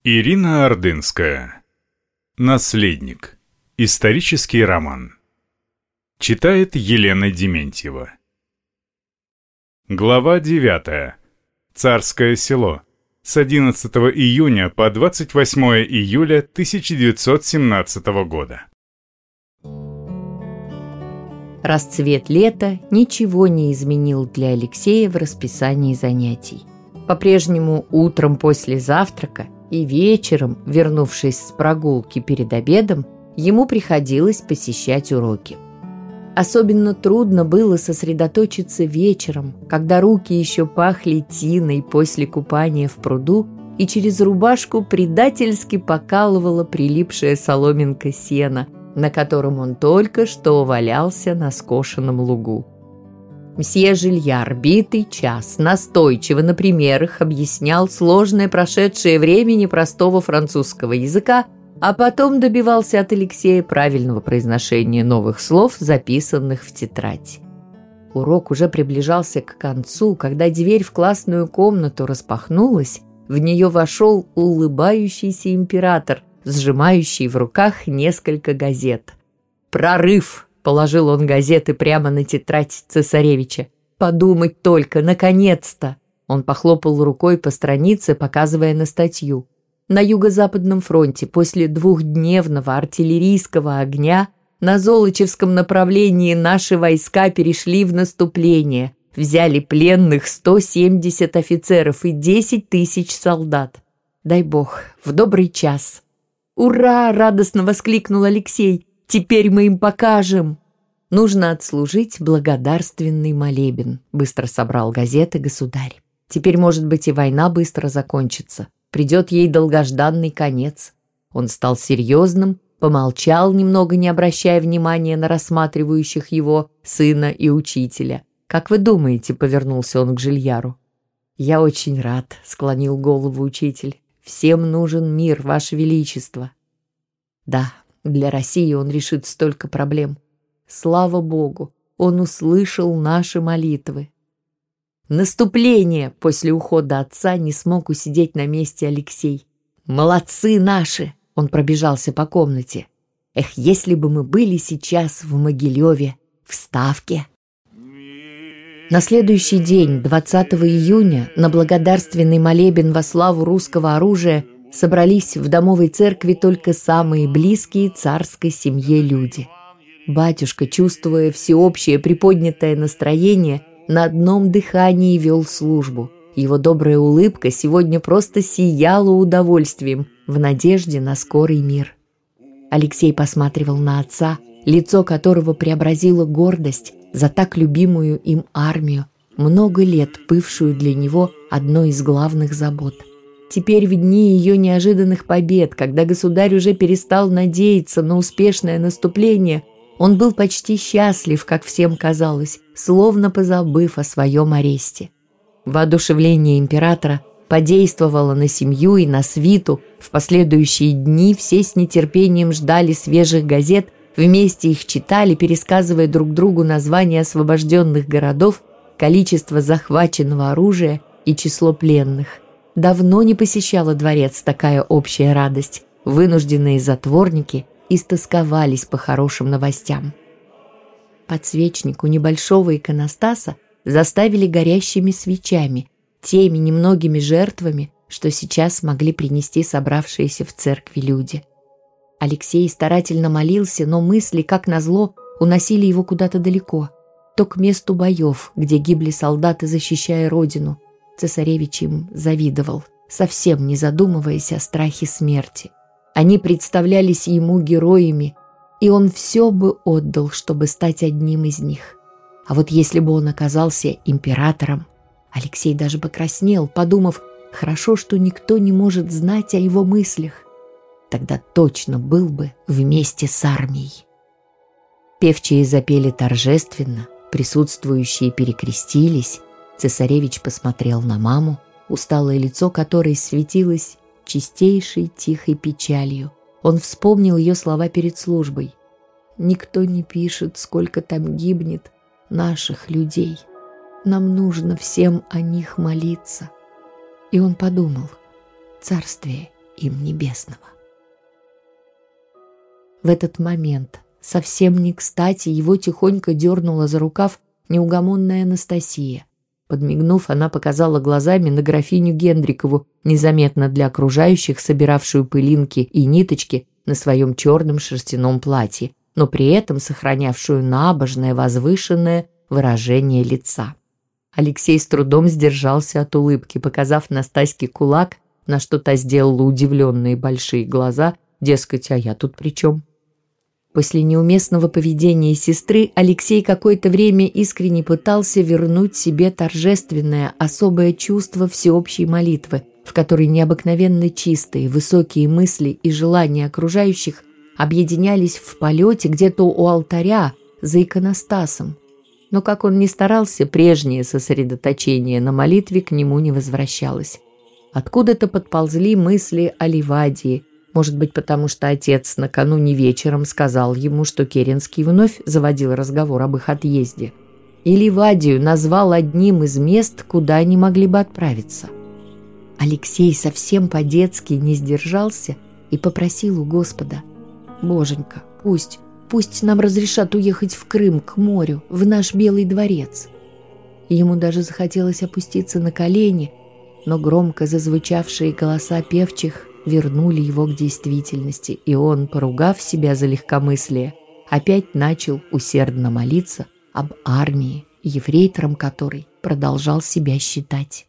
Ирина Ордынская. Наследник. Исторический роман. Читает Елена Дементьева. Глава 9. Царское село. С 11 июня по 28 июля 1917 года. Расцвет лета ничего не изменил для Алексея в расписании занятий. По-прежнему утром после завтрака и вечером, вернувшись с прогулки перед обедом, ему приходилось посещать уроки. Особенно трудно было сосредоточиться вечером, когда руки еще пахли тиной после купания в пруду, и через рубашку предательски покалывала прилипшая соломинка сена, на котором он только что валялся на скошенном лугу. Мсье Жильяр битый час настойчиво на примерах объяснял сложное прошедшее время непростого французского языка, а потом добивался от Алексея правильного произношения новых слов, записанных в тетрадь. Урок уже приближался к концу, когда дверь в классную комнату распахнулась, в нее вошел улыбающийся император, сжимающий в руках несколько газет. «Прорыв!» — положил он газеты прямо на тетрадь цесаревича. «Подумать только, наконец-то!» Он похлопал рукой по странице, показывая на статью. На Юго-Западном фронте после двухдневного артиллерийского огня на Золочевском направлении наши войска перешли в наступление, взяли пленных 170 офицеров и 10 тысяч солдат. Дай бог, в добрый час. «Ура!» — радостно воскликнул Алексей. «Теперь мы им покажем!» «Нужно отслужить благодарственный молебен», — быстро собрал газеты государь. «Теперь, может быть, и война быстро закончится. Придет ей долгожданный конец». Он стал серьезным, помолчал немного, не обращая внимания на рассматривающих его сына и учителя. «Как вы думаете?» — повернулся он к Жильяру. «Я очень рад», — склонил голову учитель. «Всем нужен мир, Ваше Величество». «Да, для России он решит столько проблем. Слава Богу, он услышал наши молитвы». «Наступление!» — после ухода отца не смог усидеть на месте Алексей. «Молодцы наши!» — он пробежался по комнате. «Эх, если бы мы были сейчас в Могилеве, в Ставке!» На следующий день, 20 июня, на благодарственный молебен во славу русского оружия собрались в домовой церкви только самые близкие царской семье люди. Батюшка, чувствуя всеобщее приподнятое настроение, на одном дыхании вел службу. Его добрая улыбка сегодня просто сияла удовольствием в надежде на скорый мир. Алексей посматривал на отца, лицо которого преобразило гордость за так любимую им армию, много лет бывшую для него одной из главных забот. Теперь в дни ее неожиданных побед, когда государь уже перестал надеяться на успешное наступление, он был почти счастлив, как всем казалось, словно позабыв о своем аресте. Воодушевление императора подействовало на семью и на свиту. В последующие дни все с нетерпением ждали свежих газет, вместе их читали, пересказывая друг другу названия освобожденных городов, количество захваченного оружия и число пленных. Давно не посещала дворец такая общая радость. Вынужденные затворники истосковались по хорошим новостям. Подсвечник у небольшого иконостаса заставили горящими свечами, теми немногими жертвами, что сейчас могли принести собравшиеся в церкви люди. Алексей старательно молился, но мысли, как назло, уносили его куда-то далеко, то к месту боев, где гибли солдаты, защищая родину. Цесаревич им завидовал, совсем не задумываясь о страхе смерти. Они представлялись ему героями, и он все бы отдал, чтобы стать одним из них. А вот если бы он оказался императором, Алексей даже покраснел, подумав, хорошо, что никто не может знать о его мыслях. Тогда точно был бы вместе с армией. Певчие запели торжественно, присутствующие перекрестились. Цесаревич посмотрел на маму, усталое лицо которой светилось чистейшей тихой печалью. Он вспомнил ее слова перед службой. «Никто не пишет, сколько там гибнет наших людей. Нам нужно всем о них молиться». И он подумал: царствие им небесного. В этот момент совсем не кстати его тихонько дернула за рукав неугомонная Анастасия. Подмигнув, она показала глазами на графиню Гендрикову, незаметно для окружающих, собиравшую пылинки и ниточки на своем черном шерстяном платье, но при этом сохранявшую набожное, возвышенное выражение лица. Алексей с трудом сдержался от улыбки, показав Настаське кулак, на что та сделала удивленные большие глаза, дескать, а я тут при чем? После неуместного поведения сестры Алексей какое-то время искренне пытался вернуть себе торжественное, особое чувство всеобщей молитвы, в которой необыкновенно чистые, высокие мысли и желания окружающих объединялись в полете где-то у алтаря за иконостасом. Но как он ни старался, прежнее сосредоточение на молитве к нему не возвращалось. Откуда-то подползли мысли о Ливадии, может быть, потому что отец накануне вечером сказал ему, что Керенский вновь заводил разговор об их отъезде. И Ливадию назвал одним из мест, куда они могли бы отправиться. Алексей совсем по-детски не сдержался и попросил у Господа: «Боженька, пусть нам разрешат уехать в Крым, к морю, в наш Белый дворец». Ему даже захотелось опуститься на колени, но громко зазвучавшие голоса певчих вернули его к действительности, и он, поругав себя за легкомыслие, опять начал усердно молиться об армии, ефрейтором которой продолжал себя считать.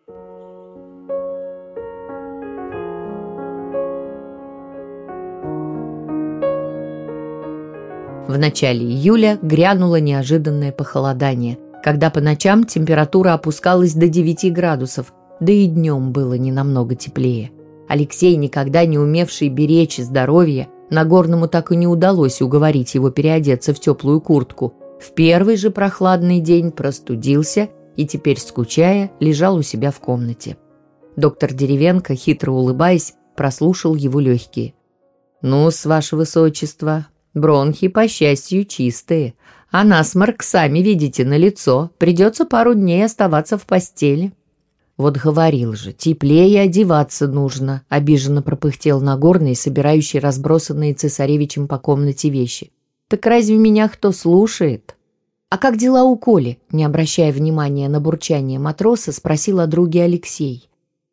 В начале июля грянуло неожиданное похолодание, когда по ночам температура опускалась до 9 градусов, да и днем было не намного теплее. Алексей, никогда не умевший беречь здоровье, Нагорному так и не удалось уговорить его переодеться в теплую куртку. В первый же прохладный день простудился и теперь, скучая, лежал у себя в комнате. Доктор Деревенко, хитро улыбаясь, прослушал его легкие. «Ну-с, ваше высочество, бронхи, по счастью, чистые, а насморк, сами видите, налицо, придется пару дней оставаться в постели». «Вот говорил же, теплее одеваться нужно», — обиженно пропыхтел Нагорный, собирающий разбросанные цесаревичем по комнате вещи. «Так разве меня кто слушает?» «А как дела у Коли?» — не обращая внимания на бурчание матроса, спросил о друге Алексей.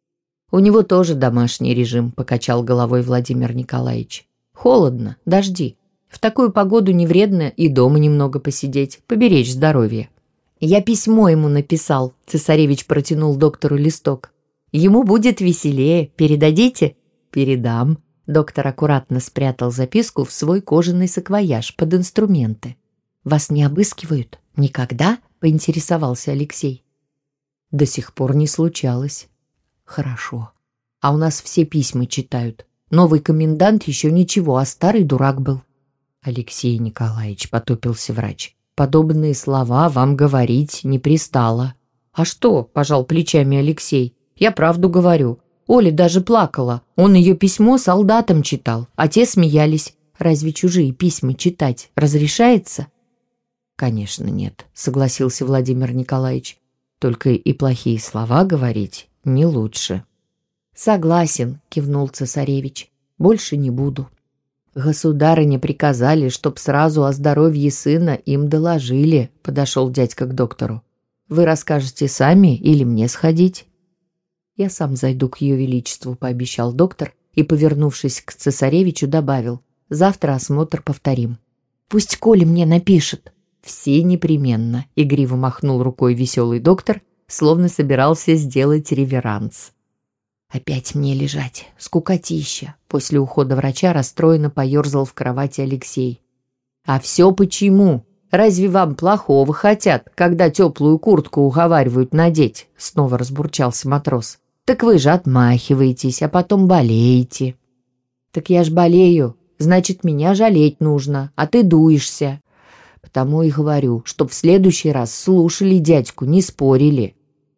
«У него тоже домашний режим», — покачал головой Владимир Николаевич. «Холодно, дожди. В такую погоду не вредно и дома немного посидеть, поберечь здоровье». «Я письмо ему написал», — цесаревич протянул доктору листок. «Ему будет веселее. Передадите?» «Передам». Доктор аккуратно спрятал записку в свой кожаный саквояж под инструменты. «Вас не обыскивают? Никогда?» — поинтересовался Алексей. «До сих пор не случалось». «Хорошо. А у нас все письма читают. Новый комендант еще ничего, а старый дурак был». «Алексей Николаевич», — потупился врач, — «подобные слова вам говорить не пристало». «А что?» – пожал плечами Алексей. «Я правду говорю. Оля даже плакала. Он ее письмо солдатам читал, а те смеялись. Разве чужие письма читать разрешается?» «Конечно нет», – согласился Владимир Николаевич. «Только и плохие слова говорить не лучше». «Согласен», – кивнул цесаревич. «Больше не буду». «Государыне приказали, чтоб сразу о здоровье сына им доложили», — подошел дядька к доктору. «Вы расскажете сами или мне сходить?» «Я сам зайду к ее величеству», — пообещал доктор и, повернувшись к цесаревичу, добавил: «Завтра осмотр повторим». «Пусть Коля мне напишет». «Все непременно», — игриво махнул рукой веселый доктор, словно собирался сделать реверанс. «Опять мне лежать, скукотища», — после ухода врача расстроенно поерзал в кровати Алексей. «А все почему? Разве вам плохого хотят, когда теплую куртку уговаривают надеть?» — снова разбурчался матрос. «Так вы же отмахиваетесь, а потом болеете». «Так я ж болею, значит, меня жалеть нужно, а ты дуешься. Потому и говорю, чтоб в следующий раз слушали дядьку, не спорили».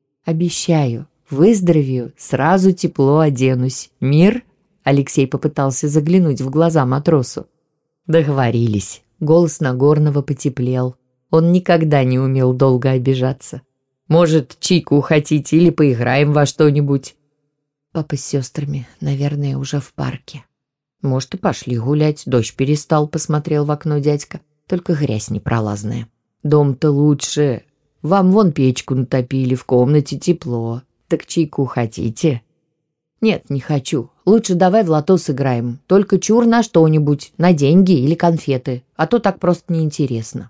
«Обещаю. Выздоровею, сразу тепло оденусь. Мир?» Алексей попытался заглянуть в глаза матросу. «Договорились». Голос Нагорного потеплел. Он никогда не умел долго обижаться. «Может, чайку хотите или поиграем во что-нибудь?» Папа с сестрами, наверное, уже в парке. Может, и пошли гулять, дождь перестал, посмотрел в окно дядька. Только грязь непролазная. Дом-то лучше. Вам вон печку натопили, в комнате тепло. Так чайку хотите? Нет, не хочу. Лучше давай в лото сыграем. Только чур на что-нибудь, на деньги или конфеты. А то так просто неинтересно.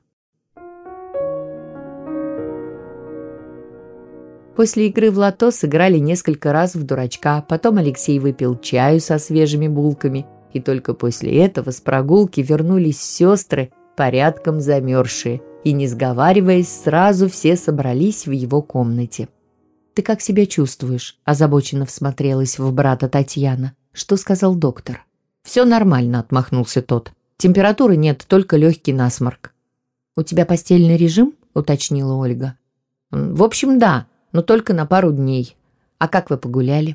После игры в лото сыграли несколько раз в дурачка. Потом Алексей выпил чаю со свежими булками. И только после этого с прогулки вернулись сестры, порядком замерзшие. И, не сговариваясь, сразу все собрались в его комнате. «Ты как себя чувствуешь?» – озабоченно всмотрелась в брата Татьяна. «Что сказал доктор?» «Все нормально», – отмахнулся тот. «Температуры нет, только легкий насморк». «У тебя постельный режим?» – уточнила Ольга. «В общем, да, но только на пару дней. А как вы погуляли?»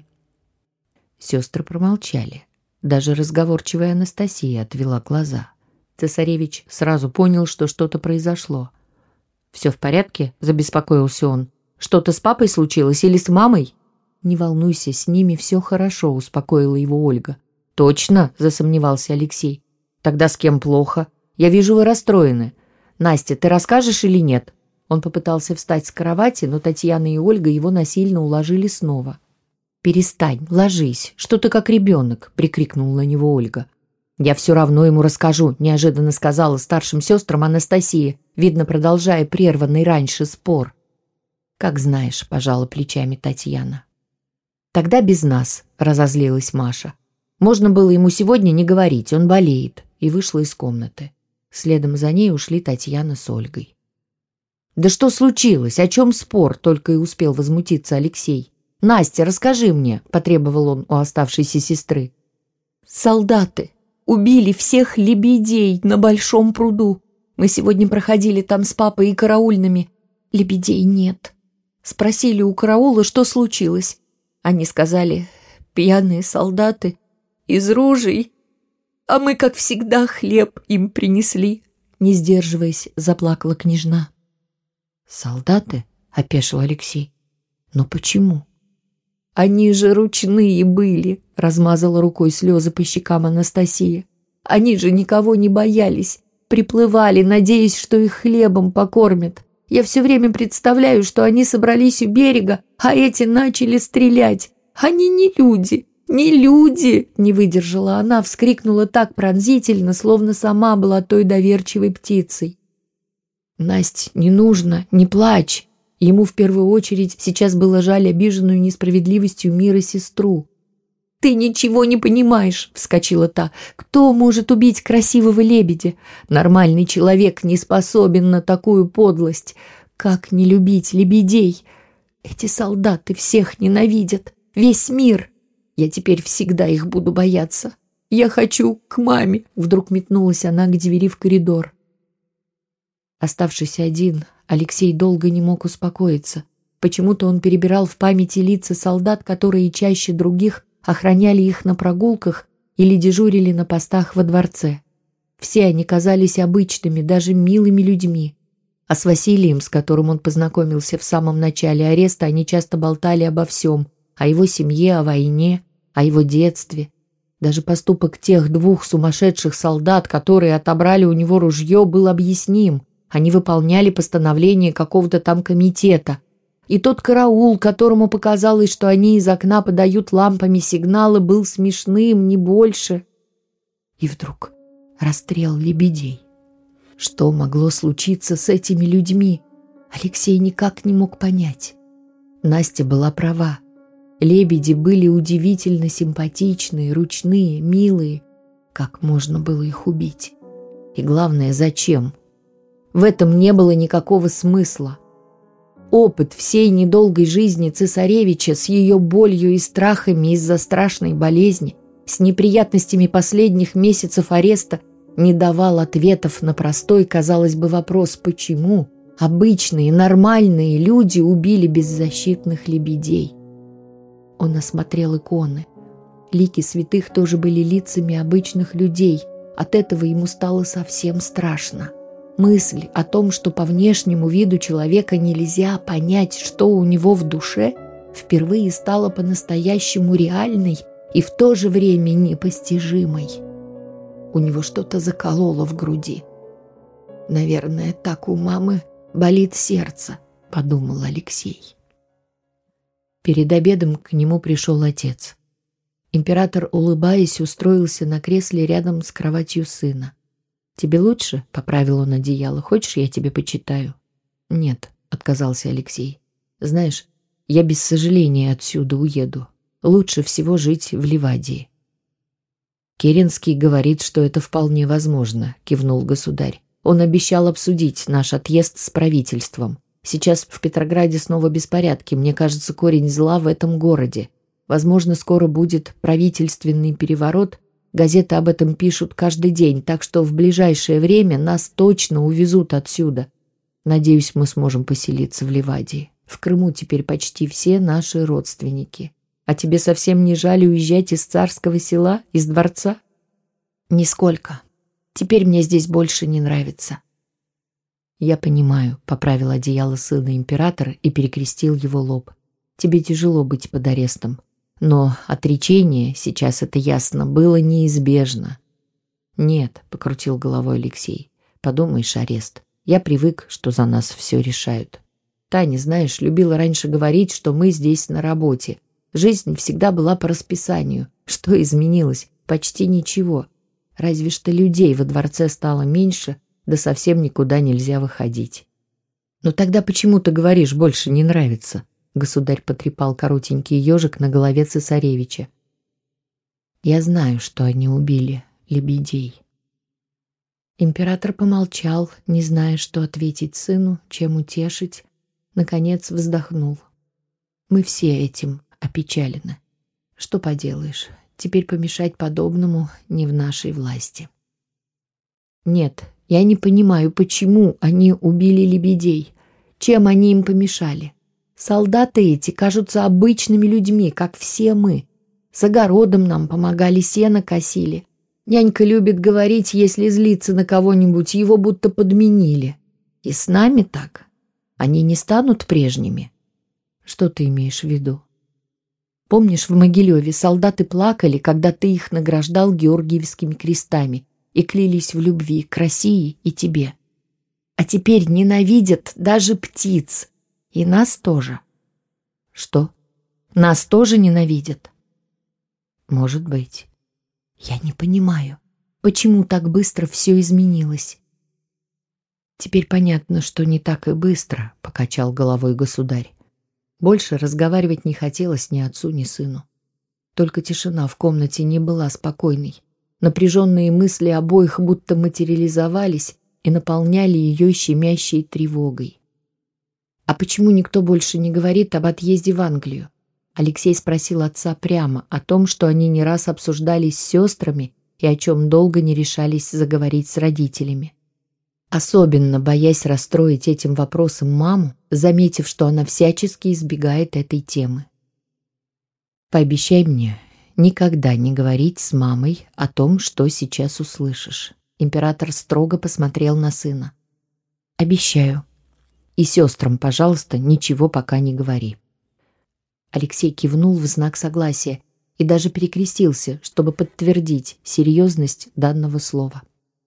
Сестры промолчали. Даже разговорчивая Анастасия отвела глаза. Цесаревич сразу понял, что что-то произошло. «Все в порядке?» – забеспокоился он. «Что-то с папой случилось или с мамой?» «Не волнуйся, с ними все хорошо», – успокоила его Ольга. «Точно?» – засомневался Алексей. «Тогда с кем плохо? Я вижу, вы расстроены. Настя, ты расскажешь или нет?» Он попытался встать с кровати, но Татьяна и Ольга его насильно уложили снова. «Перестань, ложись, что ты как ребенок», – прикрикнула на него Ольга. «Я все равно ему расскажу», – неожиданно сказала старшим сестрам Анастасия, видно, продолжая прерванный раньше спор. «Как знаешь», – пожала плечами Татьяна. «Тогда без нас», – разозлилась Маша. «Можно было ему сегодня не говорить, он болеет», и вышла из комнаты. Следом за ней ушли Татьяна с Ольгой. «Да что случилось? О чем спор?» – только и успел возмутиться Алексей. «Настя, расскажи мне», – потребовал он у оставшейся сестры. «Солдаты убили всех лебедей на Большом пруду. Мы сегодня проходили там с папой и караульными. Лебедей нет. Спросили у караула, что случилось. Они сказали, пьяные солдаты из ружей. А мы, как всегда, хлеб им принесли». Не сдерживаясь, заплакала княжна. «Солдаты?» – опешил Алексей. «Но почему?» «Они же ручные были», – размазала рукой слезы по щекам Анастасия. «Они же никого не боялись, приплывали, надеясь, что их хлебом покормят. Я все время представляю, что они собрались у берега, а эти начали стрелять. Они не люди, не люди!» Не выдержала она, вскрикнула так пронзительно, словно сама была той доверчивой птицей. «Насть, не нужно, не плачь!» Ему в первую очередь сейчас было жаль обиженную несправедливостью мира сестру. «Ты ничего не понимаешь!» — вскочила та. «Кто может убить красивого лебедя? Нормальный человек не способен на такую подлость. Как не любить лебедей? Эти солдаты всех ненавидят. Весь мир. Я теперь всегда их буду бояться. Я хочу к маме!» Вдруг метнулась она к двери в коридор. Оставшись один, Алексей долго не мог успокоиться. Почему-то он перебирал в памяти лица солдат, которые чаще других охраняли их на прогулках или дежурили на постах во дворце. Все они казались обычными, даже милыми людьми. А с Василием, с которым он познакомился в самом начале ареста, они часто болтали обо всем. О его семье, о войне, о его детстве. Даже поступок тех двух сумасшедших солдат, которые отобрали у него ружье, был объясним. Они выполняли постановление какого-то там комитета. И тот караул, которому показалось, что они из окна подают лампами сигналы, был смешным, не больше. И вдруг расстрел лебедей. Что могло случиться с этими людьми? Алексей никак не мог понять. Настя была права. Лебеди были удивительно симпатичные, ручные, милые. Как можно было их убить? И главное, зачем? В этом не было никакого смысла. Опыт всей недолгой жизни цесаревича с ее болью и страхами из-за страшной болезни, с неприятностями последних месяцев ареста, не давал ответов на простой, казалось бы, вопрос, почему обычные, нормальные люди убили беззащитных лебедей. Он осмотрел иконы. Лики святых тоже были лицами обычных людей. От этого ему стало совсем страшно. Мысль о том, что по внешнему виду человека нельзя понять, что у него в душе, впервые стала по-настоящему реальной и в то же время непостижимой. У него что-то закололо в груди. «Наверное, так у мамы болит сердце», — подумал Алексей. Перед обедом к нему пришел отец. Император, улыбаясь, устроился на кресле рядом с кроватью сына. «Тебе лучше?» — поправил он одеяло. «Хочешь, я тебе почитаю?» «Нет», — отказался Алексей. «Знаешь, я без сожаления отсюда уеду. Лучше всего жить в Ливадии». «Керенский говорит, что это вполне возможно», — кивнул государь. «Он обещал обсудить наш отъезд с правительством. Сейчас в Петрограде снова беспорядки. Мне кажется, корень зла в этом городе. Возможно, скоро будет правительственный переворот. Газеты об этом пишут каждый день, так что в ближайшее время нас точно увезут отсюда. Надеюсь, мы сможем поселиться в Ливадии. В Крыму теперь почти все наши родственники. А тебе совсем не жаль уезжать из царского села, из дворца?» «Нисколько. Теперь мне здесь больше не нравится». «Я понимаю», — поправил одеяло сына императора и перекрестил его лоб. «Тебе тяжело быть под арестом. Но отречение, сейчас это ясно, было неизбежно». «Нет», — покрутил головой Алексей. «Подумаешь, арест. Я привык, что за нас все решают. Таня, знаешь, любила раньше говорить, что мы здесь на работе. Жизнь всегда была по расписанию. Что изменилось? Почти ничего. Разве что людей во дворце стало меньше, да совсем никуда нельзя выходить». «Но тогда почему ты говоришь, больше не нравится?» Государь потрепал коротенький ежик на голове цесаревича. «Я знаю, что они убили лебедей». Император помолчал, не зная, что ответить сыну, чем утешить. Наконец вздохнул. «Мы все этим опечалены. Что поделаешь, теперь помешать подобному не в нашей власти». «Нет, я не понимаю, почему они убили лебедей. Чем они им помешали? Солдаты эти кажутся обычными людьми, как все мы. С огородом нам помогали, сено косили. Нянька любит говорить, если злиться на кого-нибудь, его будто подменили. И с нами так. Они не станут прежними». «Что ты имеешь в виду?» «Помнишь, в Могилеве солдаты плакали, когда ты их награждал георгиевскими крестами и клялись в любви к России и тебе? А теперь ненавидят даже птиц. И нас тоже». «Что? Нас тоже ненавидят?» «Может быть». «Я не понимаю, почему так быстро все изменилось?» «Теперь понятно, что не так и быстро», — покачал головой государь. Больше разговаривать не хотелось ни отцу, ни сыну. Только тишина в комнате не была спокойной. Напряженные мысли обоих будто материализовались и наполняли ее щемящей тревогой. «А почему никто больше не говорит об отъезде в Англию?» Алексей спросил отца прямо о том, что они не раз обсуждали с сестрами и о чем долго не решались заговорить с родителями. Особенно боясь расстроить этим вопросом маму, заметив, что она всячески избегает этой темы. «Пообещай мне никогда не говорить с мамой о том, что сейчас услышишь». Император строго посмотрел на сына. «Обещаю. И сестрам, пожалуйста, ничего пока не говори». Алексей кивнул в знак согласия и даже перекрестился, чтобы подтвердить серьезность данного слова.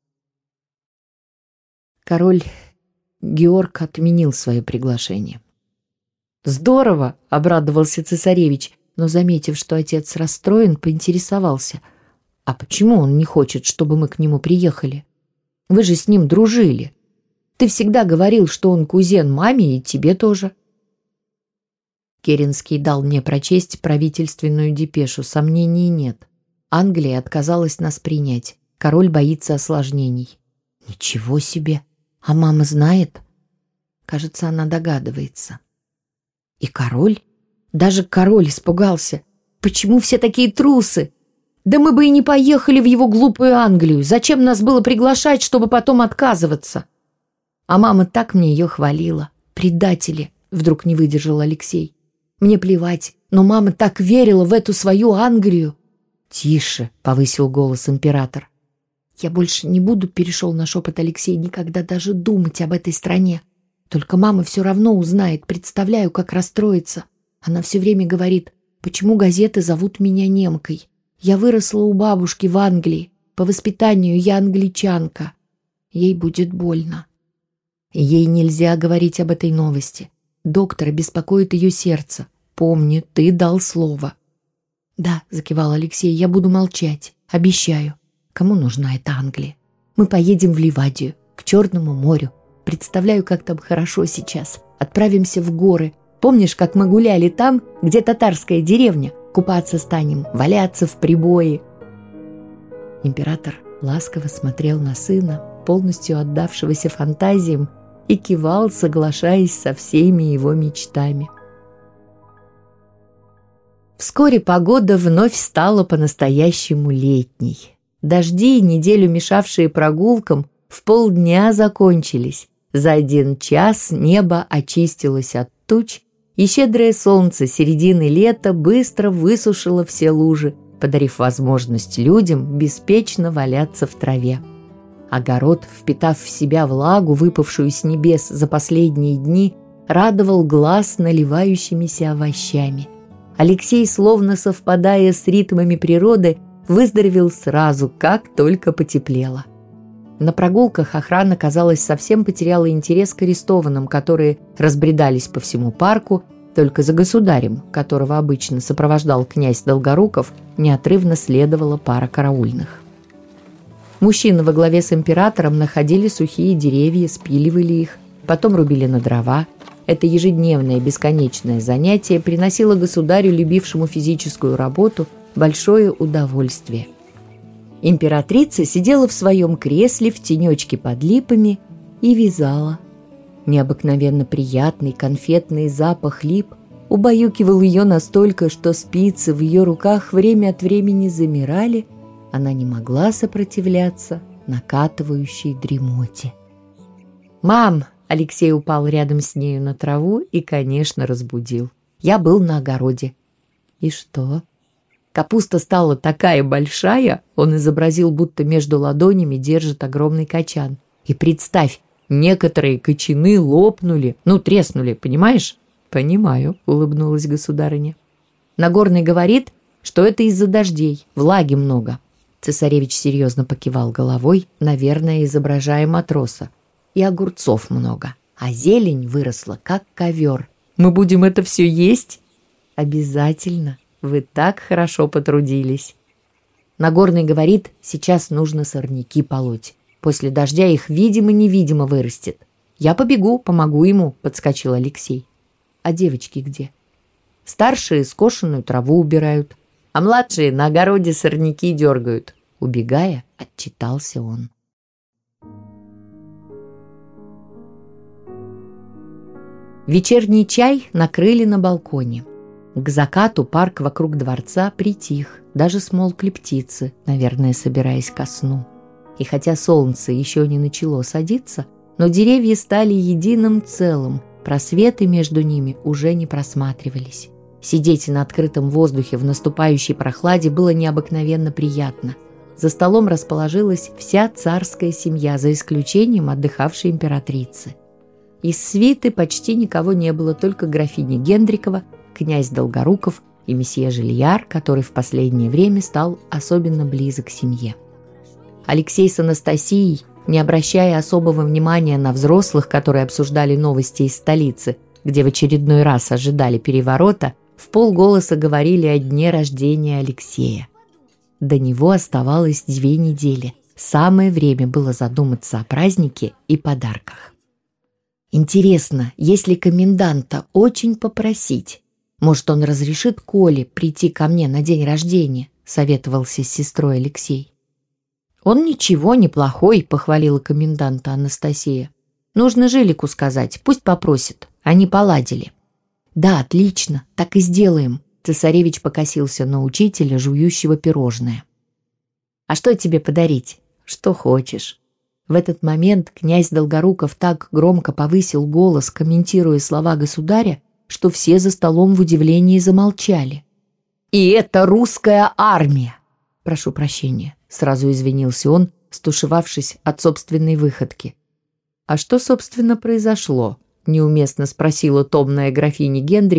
Король Георг отменил свое приглашение. «Здорово!» — обрадовался цесаревич, но, заметив, что отец расстроен, поинтересовался. «А почему он не хочет, чтобы мы к нему приехали? Вы же с ним дружили. Ты всегда говорил, что он кузен маме и тебе тоже». Керенский дал мне прочесть правительственную депешу, сомнений нет. Англия отказалась нас принять. Король боится осложнений. «Ничего себе! А мама знает?» Кажется, она догадывается. «И король? Даже король испугался. Почему все такие трусы? Да мы бы и не поехали в его глупую Англию. Зачем нас было приглашать, чтобы потом отказываться?» А мама так мне ее хвалила. «Предатели!» — вдруг не выдержал Алексей. «Мне плевать, но мама так верила в эту свою Англию». «Тише!» — повысил голос император. «Я больше не буду», — перешел на шепот Алексей, «никогда даже думать об этой стране. Только мама все равно узнает, представляю, как расстроится. Она все время говорит, почему газеты зовут меня немкой. Я выросла у бабушки в Англии. По воспитанию я англичанка. Ей будет больно. И ей нельзя говорить об этой новости. Доктора беспокоит ее сердце. Помни, ты дал слово. Да, закивал Алексей, я буду молчать. Обещаю. Кому нужна эта Англия? Мы поедем в Ливадию, к Черному морю. Представляю, как там хорошо сейчас. Отправимся в горы. Помнишь, как мы гуляли там, где татарская деревня? Купаться станем, валяться в прибое. Император ласково смотрел на сына, полностью отдавшегося фантазиям, и кивал, соглашаясь со всеми его мечтами. Вскоре погода вновь стала по-настоящему летней. Дожди, неделю мешавшие прогулкам, в полдня закончились. За 1 час небо очистилось от туч, и щедрое солнце середины лета быстро высушило все лужи, подарив возможность людям беспечно валяться в траве. Огород, впитав в себя влагу, выпавшую с небес за последние дни, радовал глаз наливающимися овощами. Алексей, словно совпадая с ритмами природы, выздоровел сразу, как только потеплело. На прогулках охрана, казалось, совсем потеряла интерес к арестованным, которые разбредались по всему парку, только за государем, которого обычно сопровождал князь Долгоруков, неотрывно следовала пара караульных. Мужчины во главе с императором находили сухие деревья, спиливали их, потом рубили на дрова. Это ежедневное бесконечное занятие приносило государю, любившему физическую работу, большое удовольствие. Императрица сидела в своем кресле в тенечке под липами и вязала. Необыкновенно приятный конфетный запах лип убаюкивал ее настолько, что спицы в ее руках время от времени замирали, она не могла сопротивляться накатывающей дремоте. «Мам!» — Алексей упал рядом с нею на траву и, конечно, разбудил. «Я был на огороде». «И что?» Капуста стала такая большая, он изобразил, будто между ладонями держит огромный качан. И представь, некоторые качаны лопнули, треснули, понимаешь? Понимаю, улыбнулась государыня. Нагорный говорит, что это из-за дождей, влаги много. Цесаревич серьезно покивал головой, наверное, изображая матроса. И огурцов много, а зелень выросла, как ковер. Мы будем это все есть? Обязательно. Вы так хорошо потрудились. Нагорный говорит, сейчас нужно сорняки полоть. После дождя их видимо-невидимо вырастет. Я побегу, помогу ему, подскочил Алексей. А девочки где? Старшие скошенную траву убирают, а младшие на огороде сорняки дергают. Убегая, отчитался он. Вечерний чай накрыли на балконе. К закату парк вокруг дворца притих, даже смолкли птицы, наверное, собираясь ко сну. И хотя солнце еще не начало садиться, но деревья стали единым целым, просветы между ними уже не просматривались. Сидеть на открытом воздухе в наступающей прохладе было необыкновенно приятно. За столом расположилась вся царская семья, за исключением отдыхавшей императрицы. Из свиты почти никого не было, только графиня Гендрикова, князь Долгоруков и месье Жильяр, который в последнее время стал особенно близок к семье. Алексей с Анастасией, не обращая особого внимания на взрослых, которые обсуждали новости из столицы, где в очередной раз ожидали переворота, вполголоса говорили о дне рождения Алексея. До него оставалось 2 недели. Самое время было задуматься о празднике и подарках. Интересно, если коменданта очень попросить, может, он разрешит Коле прийти ко мне на день рождения, советовался с сестрой Алексей. Он ничего, неплохой, похвалила коменданта Анастасия. Нужно Жилику сказать, пусть попросит, они поладили. Да, отлично, так и сделаем. Цесаревич покосился на учителя, жующего пирожное. А что тебе подарить? Что хочешь. В этот момент князь Долгоруков так громко повысил голос, комментируя слова государя, что все за столом в удивлении замолчали. «И это русская армия!» «Прошу прощения», — сразу извинился он, стушевавшись от собственной выходки. «А что, собственно, произошло?» — неуместно спросила томная графиня Гендрикова,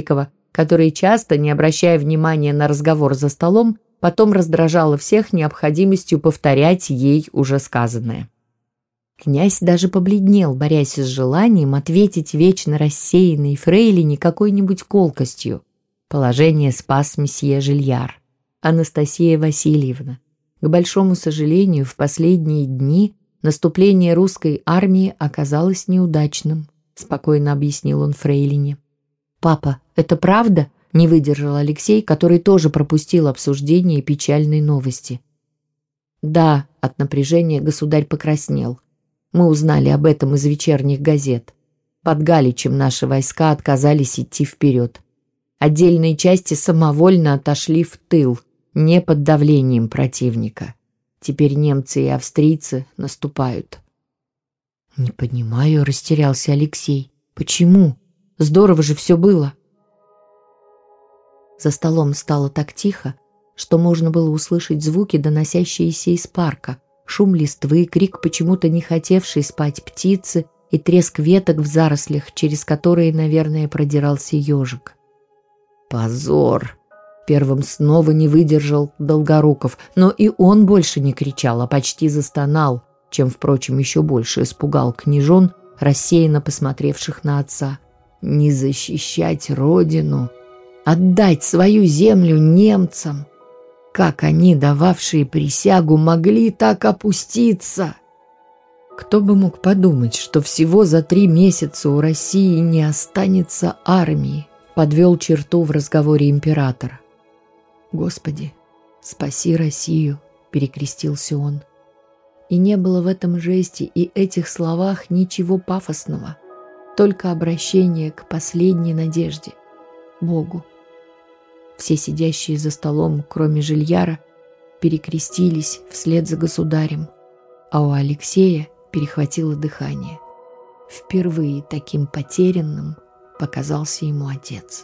которая часто, не обращая внимания на разговор за столом, потом раздражала всех необходимостью повторять ей уже сказанное. Князь даже побледнел, борясь с желанием ответить вечно рассеянной фрейлине какой-нибудь колкостью. Положение спас месье Жильяр. Анастасия Васильевна. К большому сожалению, в последние дни наступление русской армии оказалось неудачным, спокойно объяснил он фрейлине. «Папа, это правда?» – не выдержал Алексей, который тоже пропустил обсуждение печальной новости. «Да», – от напряжения государь покраснел. «Мы узнали об этом из вечерних газет. Под Галичем наши войска отказались идти вперед. Отдельные части самовольно отошли в тыл, не под давлением противника. Теперь немцы и австрийцы наступают». «Не понимаю», – растерялся Алексей. «Почему? Здорово же все было». За столом стало так тихо, что можно было услышать звуки, доносящиеся из парка, шум листвы, крик почему-то не хотевшей спать птицы и треск веток в зарослях, через которые, наверное, продирался ежик. «Позор!» Первым снова не выдержал Долгоруков, но и он больше не кричал, а почти застонал, чем, впрочем, еще больше испугал княжон, рассеянно посмотревших на отца. «Не защищать родину, отдать свою землю немцам! Как они, дававшие присягу, могли так опуститься?» Кто бы мог подумать, что всего за 3 месяца у России не останется армии, подвел черту в разговоре император. «Господи, спаси Россию!» – перекрестился он. И не было в этом жесте и этих словах ничего пафосного, только обращение к последней надежде – Богу. Все сидящие за столом, кроме Жильяра, перекрестились вслед за государем, а у Алексея перехватило дыхание. Впервые таким потерянным показался ему отец.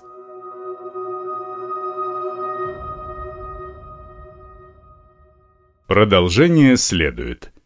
Продолжение следует.